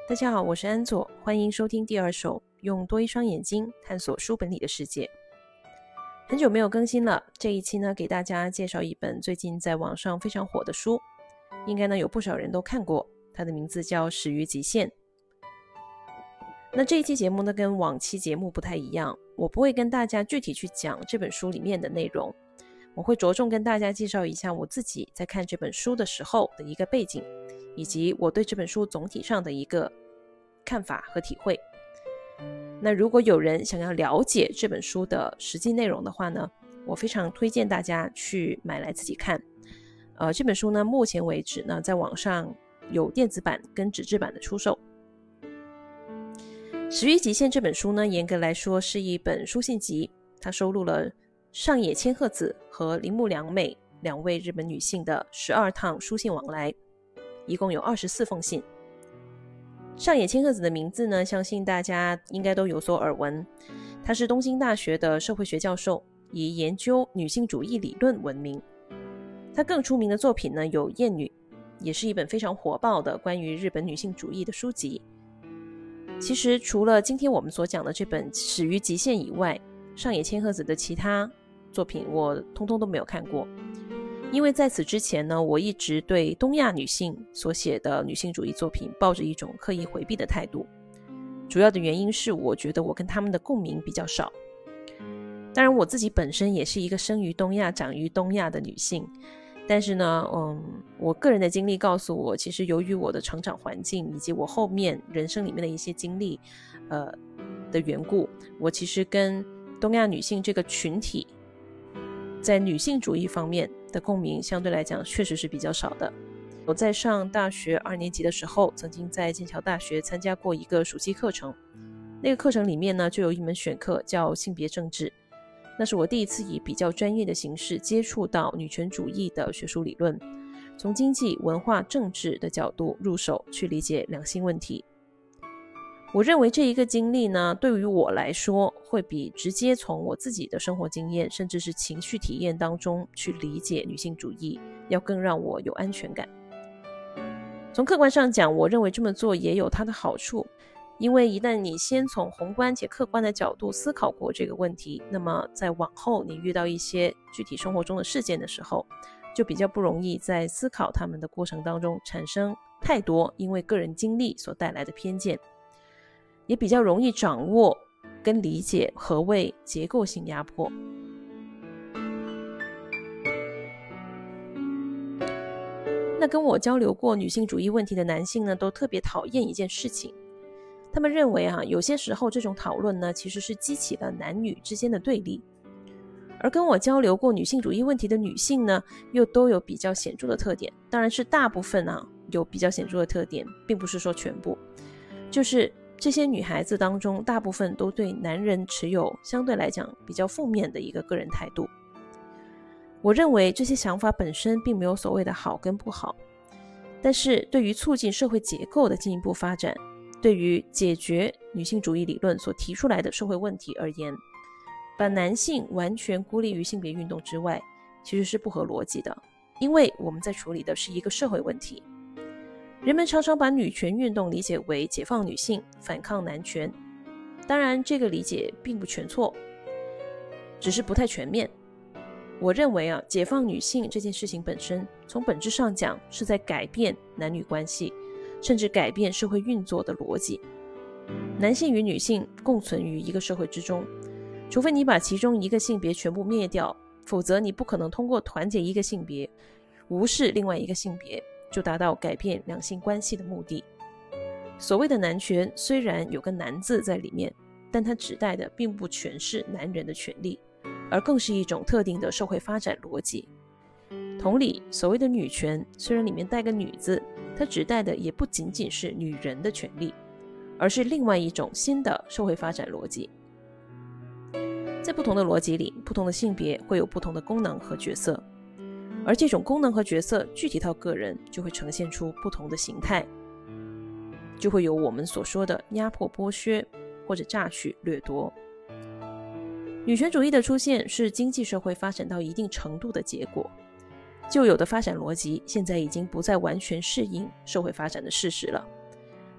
大家好，我是安佐，欢迎收听第二手，用多一双眼睛探索书本里的世界。很久没有更新了，这一期呢，给大家介绍一本最近在网上非常火的书，应该呢有不少人都看过，它的名字叫《始于极限》。那这一期节目呢，跟往期节目不太一样，我不会跟大家具体去讲这本书里面的内容，我会着重跟大家介绍一下我自己在看这本书的时候的一个背景，以及我对这本书总体上的一个看法和体会。那如果有人想要了解这本书的实际内容的话呢，我非常推荐大家去买来自己看。这本书呢，目前为止呢，在网上有电子版跟纸质版的出售。《始于极限》这本书呢，严格来说是一本书信集，它收录了上野千鹤子和铃木良美两位日本女性的12趟书信往来，一共有24封信。上野千鹤子的名字呢，相信大家应该都有所耳闻。她是东京大学的社会学教授，以研究女性主义理论闻名。她更出名的作品呢，有《厌女》，也是一本非常火爆的关于日本女性主义的书籍。其实除了今天我们所讲的这本《始于极限》以外，上野千鹤子的其他作品我通通都没有看过。因为在此之前呢，我一直对东亚女性所写的女性主义作品抱着一种刻意回避的态度，主要的原因是我觉得我跟她们的共鸣比较少。当然我自己本身也是一个生于东亚长于东亚的女性，但是呢我个人的经历告诉我，其实由于我的成长环境以及我后面人生里面的一些经历的缘故，我其实跟东亚女性这个群体在女性主义方面的共鸣相对来讲确实是比较少的。我在上大学2年级的时候，曾经在剑桥大学参加过一个暑期课程，那个课程里面呢，就有一门选课叫性别政治，那是我第一次以比较专业的形式接触到女权主义的学术理论，从经济、文化、政治的角度入手去理解两性问题。我认为这一个经历呢，对于我来说会比直接从我自己的生活经验甚至是情绪体验当中去理解女性主义要更让我有安全感。从客观上讲，我认为这么做也有它的好处，因为一旦你先从宏观且客观的角度思考过这个问题，那么在往后你遇到一些具体生活中的事件的时候，就比较不容易在思考他们的过程当中产生太多因为个人经历所带来的偏见，也比较容易掌握跟理解何谓结构性压迫。那跟我交流过女性主义问题的男性呢，都特别讨厌一件事情，他们认为有些时候这种讨论呢，其实是激起了男女之间的对立。而跟我交流过女性主义问题的女性呢，又都有比较显著的特点，当然是大部分有比较显著的特点，并不是说全部，就是这些女孩子当中，大部分都对男人持有相对来讲比较负面的一个个人态度。我认为这些想法本身并没有所谓的好跟不好，但是对于促进社会结构的进一步发展，对于解决女性主义理论所提出来的社会问题而言，把男性完全孤立于性别运动之外，其实是不合逻辑的，因为我们在处理的是一个社会问题。人们常常把女权运动理解为解放女性、反抗男权，当然这个理解并不全错，只是不太全面。我认为解放女性这件事情本身，从本质上讲是在改变男女关系，甚至改变社会运作的逻辑。男性与女性共存于一个社会之中，除非你把其中一个性别全部灭掉，否则你不可能通过团结一个性别，无视另外一个性别，就达到改变两性关系的目的。所谓的男权虽然有个男字在里面，但它指代的并不全是男人的权利，而更是一种特定的社会发展逻辑。同理，所谓的女权虽然里面带个女字，它指代的也不仅仅是女人的权利，而是另外一种新的社会发展逻辑。在不同的逻辑里，不同的性别会有不同的功能和角色，而这种功能和角色具体到个人，就会呈现出不同的形态，就会有我们所说的压迫、剥削或者榨取、掠夺。女权主义的出现是经济社会发展到一定程度的结果，旧有的发展逻辑现在已经不再完全适应社会发展的事实了，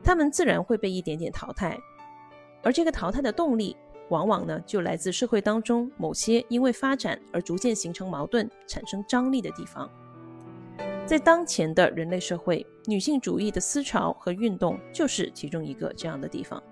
他们自然会被一点点淘汰，而这个淘汰的动力往往呢就来自社会当中某些因为发展而逐渐形成矛盾、产生张力的地方。在当前的人类社会，女性主义的思潮和运动就是其中一个这样的地方。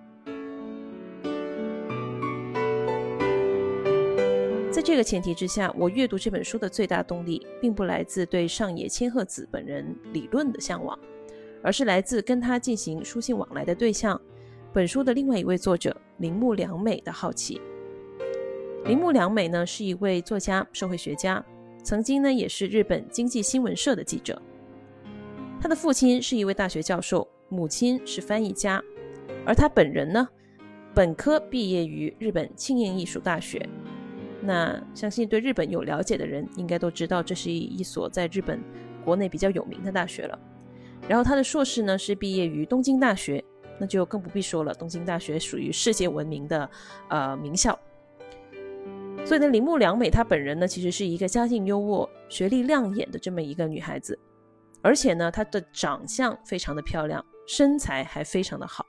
在这个前提之下，我阅读这本书的最大动力并不来自对上野千鹤子本人理论的向往，而是来自跟他进行书信往来的对象，本书的另外一位作者铃木良美的好奇。铃木良美呢是一位作家、社会学家，曾经呢也是日本经济新闻社的记者。他的父亲是一位大学教授，母亲是翻译家，而他本人呢本科毕业于日本庆应艺术大学。那相信对日本有了解的人应该都知道，这是一所在日本国内比较有名的大学了。然后他的硕士呢是毕业于东京大学，那就更不必说了，东京大学属于世界闻名的名校。所以呢，铃木良美她本人呢其实是一个家境优渥、学历亮眼的这么一个女孩子，而且呢她的长相非常的漂亮，身材还非常的好。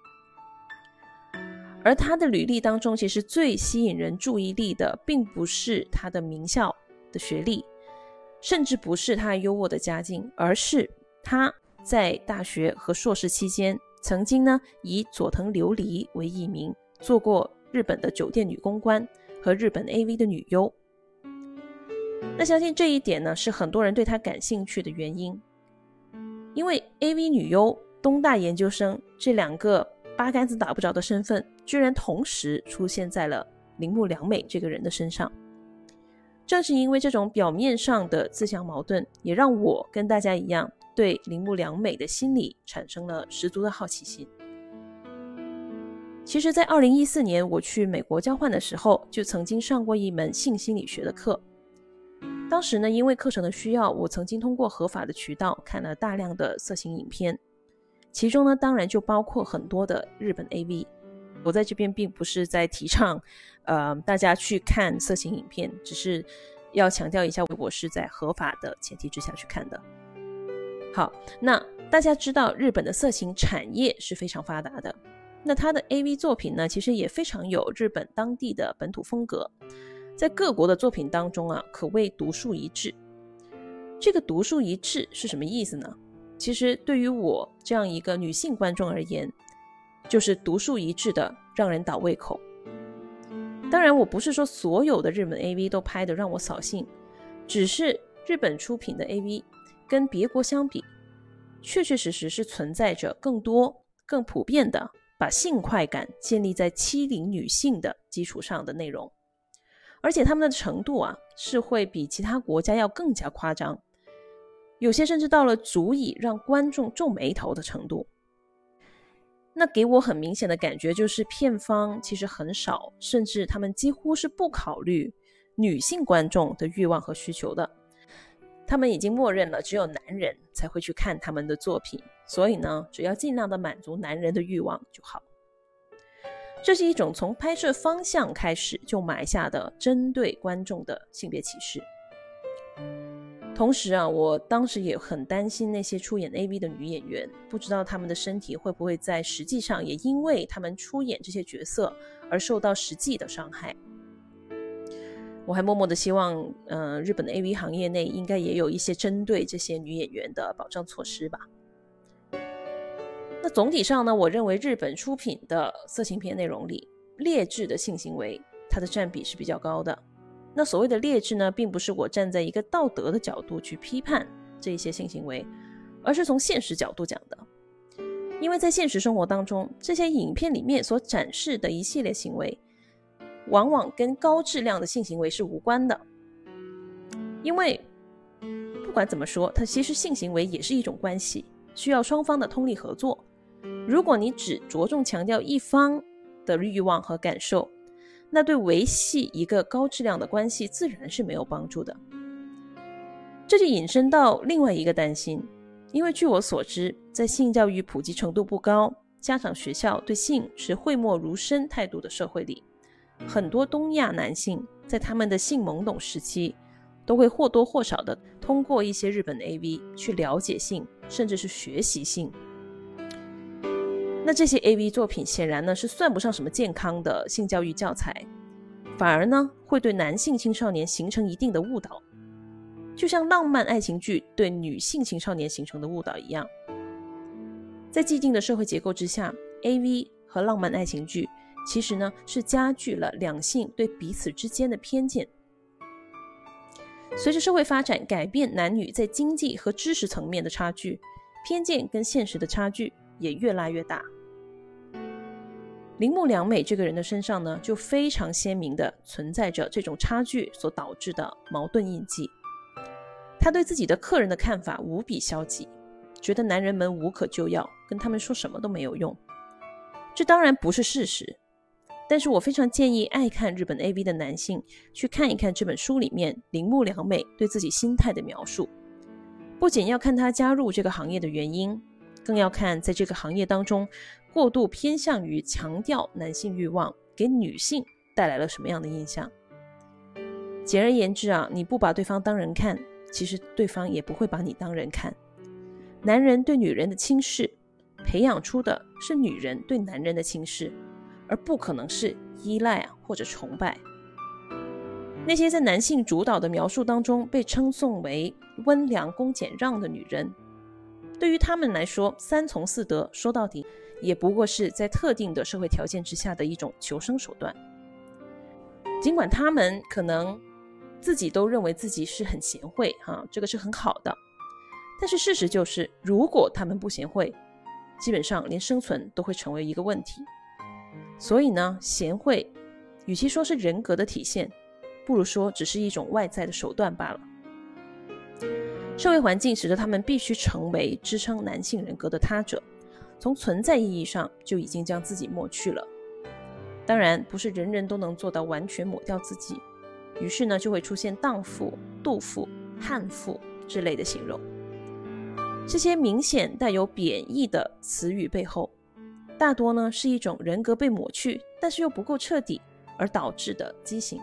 而她的履历当中，其实最吸引人注意力的并不是她的名校的学历，甚至不是她优渥的家境，而是她在大学和硕士期间曾经呢以佐藤琉璃为艺名，做过日本的酒店女公关和日本 AV 的女优。那相信这一点呢是很多人对她感兴趣的原因，因为 AV 女优、东大研究生这两个八竿子打不着的身份居然同时出现在了铃木良美这个人的身上。正是因为这种表面上的自相矛盾，也让我跟大家一样对铃木良美的心理产生了十足的好奇心。其实在2014年我去美国交换的时候，就曾经上过一门性心理学的课。当时呢，因为课程的需要，我曾经通过合法的渠道看了大量的色情影片，其中呢当然就包括很多的日本 AV。 我在这边并不是在提倡大家去看色情影片，只是要强调一下我是在合法的前提之下去看的。好，那大家知道日本的色情产业是非常发达的，那它的 AV 作品呢其实也非常有日本当地的本土风格，在各国的作品当中啊可谓独树一帜。这个独树一帜是什么意思呢？其实对于我这样一个女性观众而言，就是独树一帜的让人倒胃口。当然我不是说所有的日本 AV 都拍得让我扫兴，只是日本出品的 AV 跟别国相比，确确实实是存在着更多更普遍的把性快感建立在欺凌女性的基础上的内容，而且他们的程度啊是会比其他国家要更加夸张，有些甚至到了足以让观众皱眉头的程度。那给我很明显的感觉就是片方其实很少，甚至他们几乎是不考虑女性观众的欲望和需求的，他们已经默认了只有男人才会去看他们的作品，所以呢只要尽量的满足男人的欲望就好。这是一种从拍摄方向开始就埋下的针对观众的性别歧视。同时啊，我当时也很担心那些出演 AV 的女演员，不知道她们的身体会不会在实际上也因为她们出演这些角色而受到实际的伤害。我还默默的希望日本的 AV 行业内应该也有一些针对这些女演员的保障措施吧。那总体上呢，我认为日本出品的色情片内容里，劣质的性行为它的占比是比较高的。那所谓的劣质呢，并不是我站在一个道德的角度去批判这些性行为，而是从现实角度讲的。因为在现实生活当中，这些影片里面所展示的一系列行为，往往跟高质量的性行为是无关的。因为不管怎么说，它其实性行为也是一种关系，需要双方的通力合作。如果你只着重强调一方的欲望和感受，那对维系一个高质量的关系自然是没有帮助的。这就引申到另外一个担心，因为据我所知，在性教育普及程度不高，家长学校对性持讳莫如深态度的社会里，很多东亚男性在他们的性懵懂时期，都会或多或少的通过一些日本 AV 去了解性，甚至是学习性。 那这些 AV 作品显然呢是算不上什么健康的性教育教材，反而呢会对男性青少年形成一定的误导，就像浪漫爱情剧对女性青少年形成的误导一样。在既定的社会结构之下， AV 和浪漫爱情剧其实呢是加剧了两性对彼此之间的偏见。随着社会发展改变男女在经济和知识层面的差距，偏见跟现实的差距也越来越大。铃木良美这个人的身上呢，就非常鲜明的存在着这种差距所导致的矛盾印记。他对自己的客人的看法无比消极，觉得男人们无可救药，跟他们说什么都没有用。这当然不是事实，但是我非常建议爱看日本 AV 的男性去看一看这本书里面铃木良美对自己心态的描述。不仅要看他加入这个行业的原因，更要看在这个行业当中过度偏向于强调男性欲望给女性带来了什么样的印象。简而言之啊，你不把对方当人看，其实对方也不会把你当人看。男人对女人的轻视，培养出的是女人对男人的轻视，而不可能是依赖或者崇拜。那些在男性主导的描述当中被称颂为温良恭俭让的女人，对于他们来说，三从四德说到底也不过是在特定的社会条件之下的一种求生手段。尽管他们可能自己都认为自己是很贤惠这个是很好的，但是事实就是，如果他们不贤惠，基本上连生存都会成为一个问题。所以呢，贤惠与其说是人格的体现，不如说只是一种外在的手段罢了。社会环境使得他们必须成为支撑男性人格的他者，从存在意义上就已经将自己抹去了。当然，不是人人都能做到完全抹掉自己，于是呢，就会出现荡妇、妒妇、悍妇之类的形容。这些明显带有贬义的词语背后，大多呢是一种人格被抹去，但是又不够彻底而导致的畸形。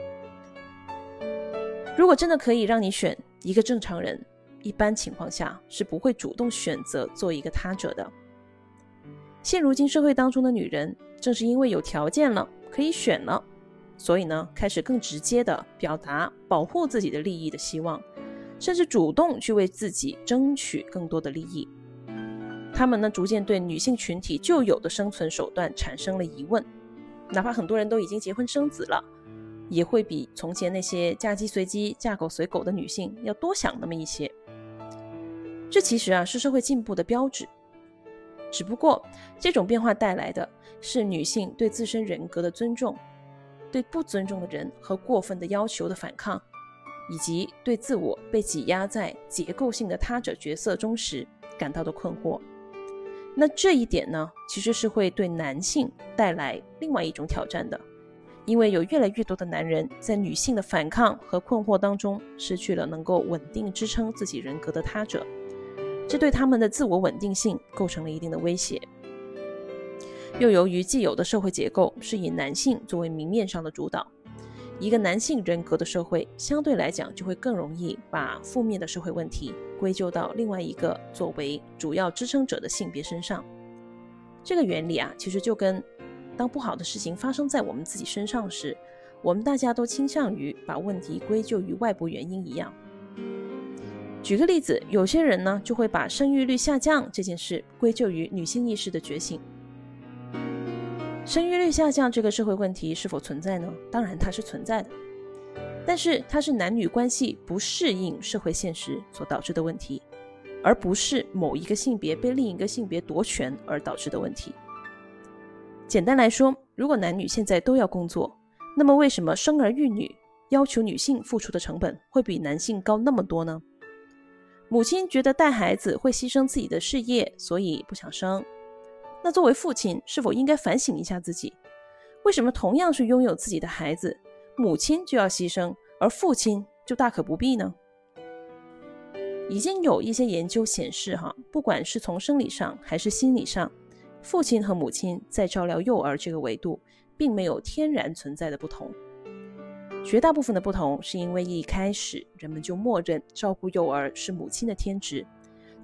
如果真的可以让你选，一个正常人一般情况下是不会主动选择做一个他者的。现如今社会当中的女人，正是因为有条件了，可以选了，所以呢，开始更直接地表达保护自己的利益的希望，甚至主动去为自己争取更多的利益。他们呢，逐渐对女性群体旧有的生存手段产生了疑问，哪怕很多人都已经结婚生子了，也会比从前那些嫁鸡随鸡嫁狗随狗的女性要多想那么一些。这其实是社会进步的标志，只不过这种变化带来的是女性对自身人格的尊重，对不尊重的人和过分的要求的反抗，以及对自我被挤压在结构性的他者角色中时感到的困惑。那这一点呢，其实是会对男性带来另外一种挑战的，因为有越来越多的男人在女性的反抗和困惑当中失去了能够稳定支撑自己人格的他者，这对他们的自我稳定性构成了一定的威胁。又由于既有的社会结构是以男性作为明面上的主导，一个男性人格的社会相对来讲就会更容易把负面的社会问题归咎到另外一个作为主要支撑者的性别身上。这个原理其实就跟当不好的事情发生在我们自己身上时，我们大家都倾向于把问题归咎于外部原因一样。举个例子，有些人呢就会把生育率下降这件事归咎于女性意识的觉醒。生育率下降这个社会问题是否存在呢？当然它是存在的，但是它是男女关系不适应社会现实所导致的问题，而不是某一个性别被另一个性别夺权而导致的问题。简单来说，如果男女现在都要工作，那么为什么生儿育女要求女性付出的成本会比男性高那么多呢？母亲觉得带孩子会牺牲自己的事业，所以不想生。那作为父亲，是否应该反省一下自己，为什么同样是拥有自己的孩子，母亲就要牺牲，而父亲就大可不必呢？已经有一些研究显示不管是从生理上还是心理上，父亲和母亲在照料幼儿这个维度并没有天然存在的不同。绝大部分的不同是因为一开始人们就默认照顾幼儿是母亲的天职，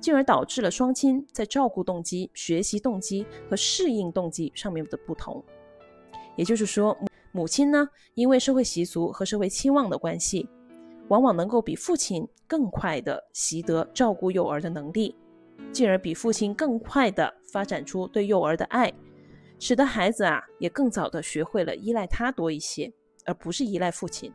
进而导致了双亲在照顾动机、学习动机和适应动机上面的不同。也就是说，母亲呢，因为社会习俗和社会期望的关系，往往能够比父亲更快地习得照顾幼儿的能力，进而比父亲更快地发展出对幼儿的爱，使得孩子也更早地学会了依赖他多一些，而不是依赖父亲。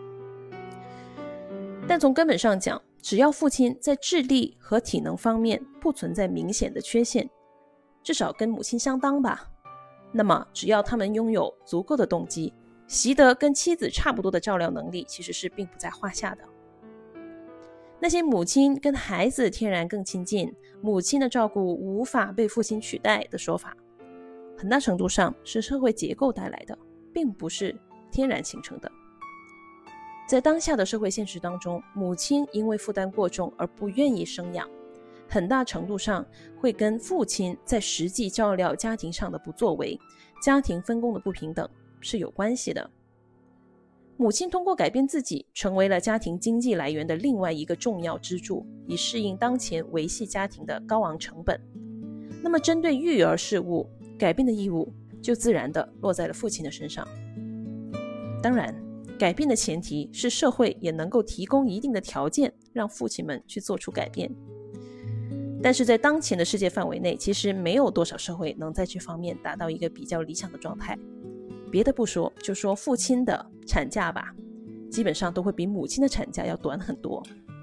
但从根本上讲，只要父亲在智力和体能方面不存在明显的缺陷，至少跟母亲相当吧，那么只要他们拥有足够的动机，习得跟妻子差不多的照料能力，其实是并不在话下的。那些母亲跟孩子天然更亲近，母亲的照顾无法被父亲取代的说法，很大程度上是社会结构带来的，并不是天然形成的。在当下的社会现实当中，母亲因为负担过重而不愿意生养，很大程度上会跟父亲在实际照料家庭上的不作为、家庭分工的不平等是有关系的。母亲通过改变自己，成为了家庭经济来源的另外一个重要支柱，以适应当前维系家庭的高昂成本。那么针对育儿事务，改变的义务就自然地落在了父亲的身上。当然，改变的前提是社会也能够提供一定的条件，让父亲们去做出改变。但是在当前的世界范围内，其实没有多少社会能在这方面达到一个比较理想的状态。别的不说，就说父亲的产假吧，基本上都会比母亲的产假要短很多。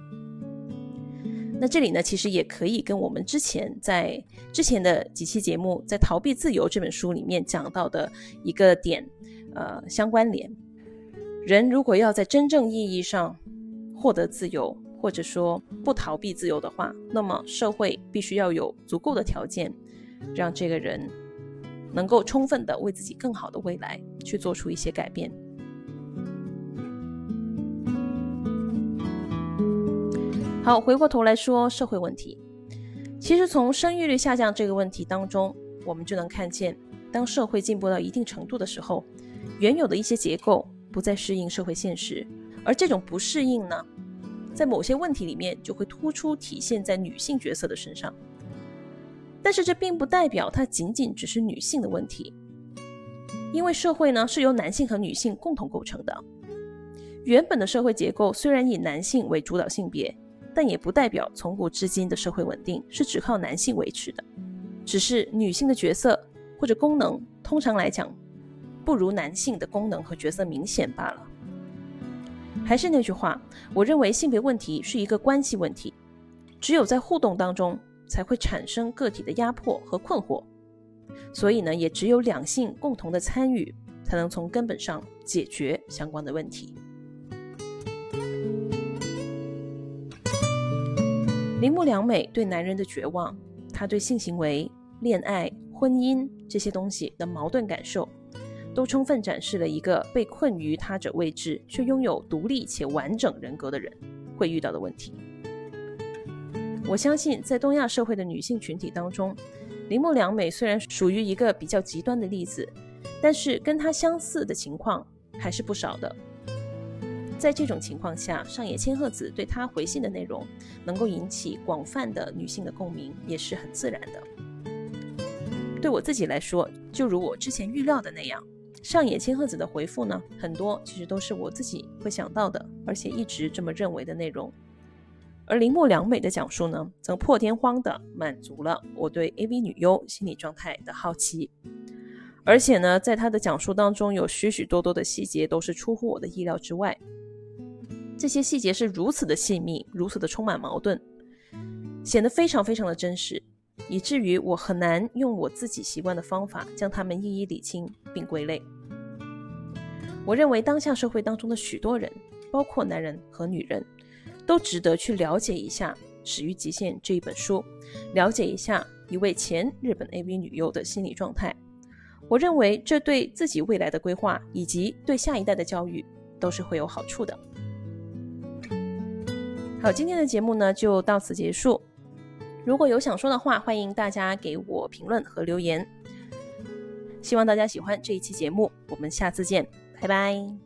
那这里呢，其实也可以跟我们之前的几期节目在《逃避自由》这本书里面讲到的一个点相关联。人如果要在真正意义上获得自由，或者说不逃避自由的话，那么社会必须要有足够的条件，让这个人能够充分的为自己更好的未来去做出一些改变。好，回过头来说社会问题。其实从生育率下降这个问题当中，我们就能看见，当社会进步到一定程度的时候，原有的一些结构不再适应社会现实，而这种不适应呢，在某些问题里面就会突出体现在女性角色的身上。但是这并不代表它仅仅只是女性的问题，因为社会呢是由男性和女性共同构成的。原本的社会结构虽然以男性为主导性别，但也不代表从古至今的社会稳定是只靠男性维持的，只是女性的角色或者功能通常来讲不如男性的功能和角色明显罢了。还是那句话，我认为性别问题是一个关系问题，只有在互动当中才会产生个体的压迫和困惑，所以呢，也只有两性共同的参与，才能从根本上解决相关的问题。铃木良美对男人的绝望，他对性行为、恋爱、婚姻这些东西的矛盾感受，都充分展示了一个被困于他者位置却拥有独立且完整人格的人会遇到的问题。我相信在东亚社会的女性群体当中，铃木良美虽然属于一个比较极端的例子，但是跟她相似的情况还是不少的。在这种情况下，上野千鹤子对她回信的内容能够引起广泛的女性的共鸣，也是很自然的。对我自己来说，就如我之前预料的那样，上野千鹤子的回复呢，很多其实都是我自己会想到的，而且一直这么认为的内容。而铃木良美的讲述呢，则破天荒地满足了我对 AV 女优心理状态的好奇。而且呢，在她的讲述当中有许许多多的细节都是出乎我的意料之外。这些细节是如此的细密，如此的充满矛盾，显得非常非常的真实，以至于我很难用我自己习惯的方法将它们一一理清并归类。我认为当下社会当中的许多人，包括男人和女人，都值得去了解一下《始于极限》这一本书，了解一下一位前日本 AV 女优的心理状态。我认为这对自己未来的规划以及对下一代的教育都是会有好处的。好，今天的节目呢就到此结束。如果有想说的话，欢迎大家给我评论和留言。希望大家喜欢这一期节目，我们下次见，拜拜。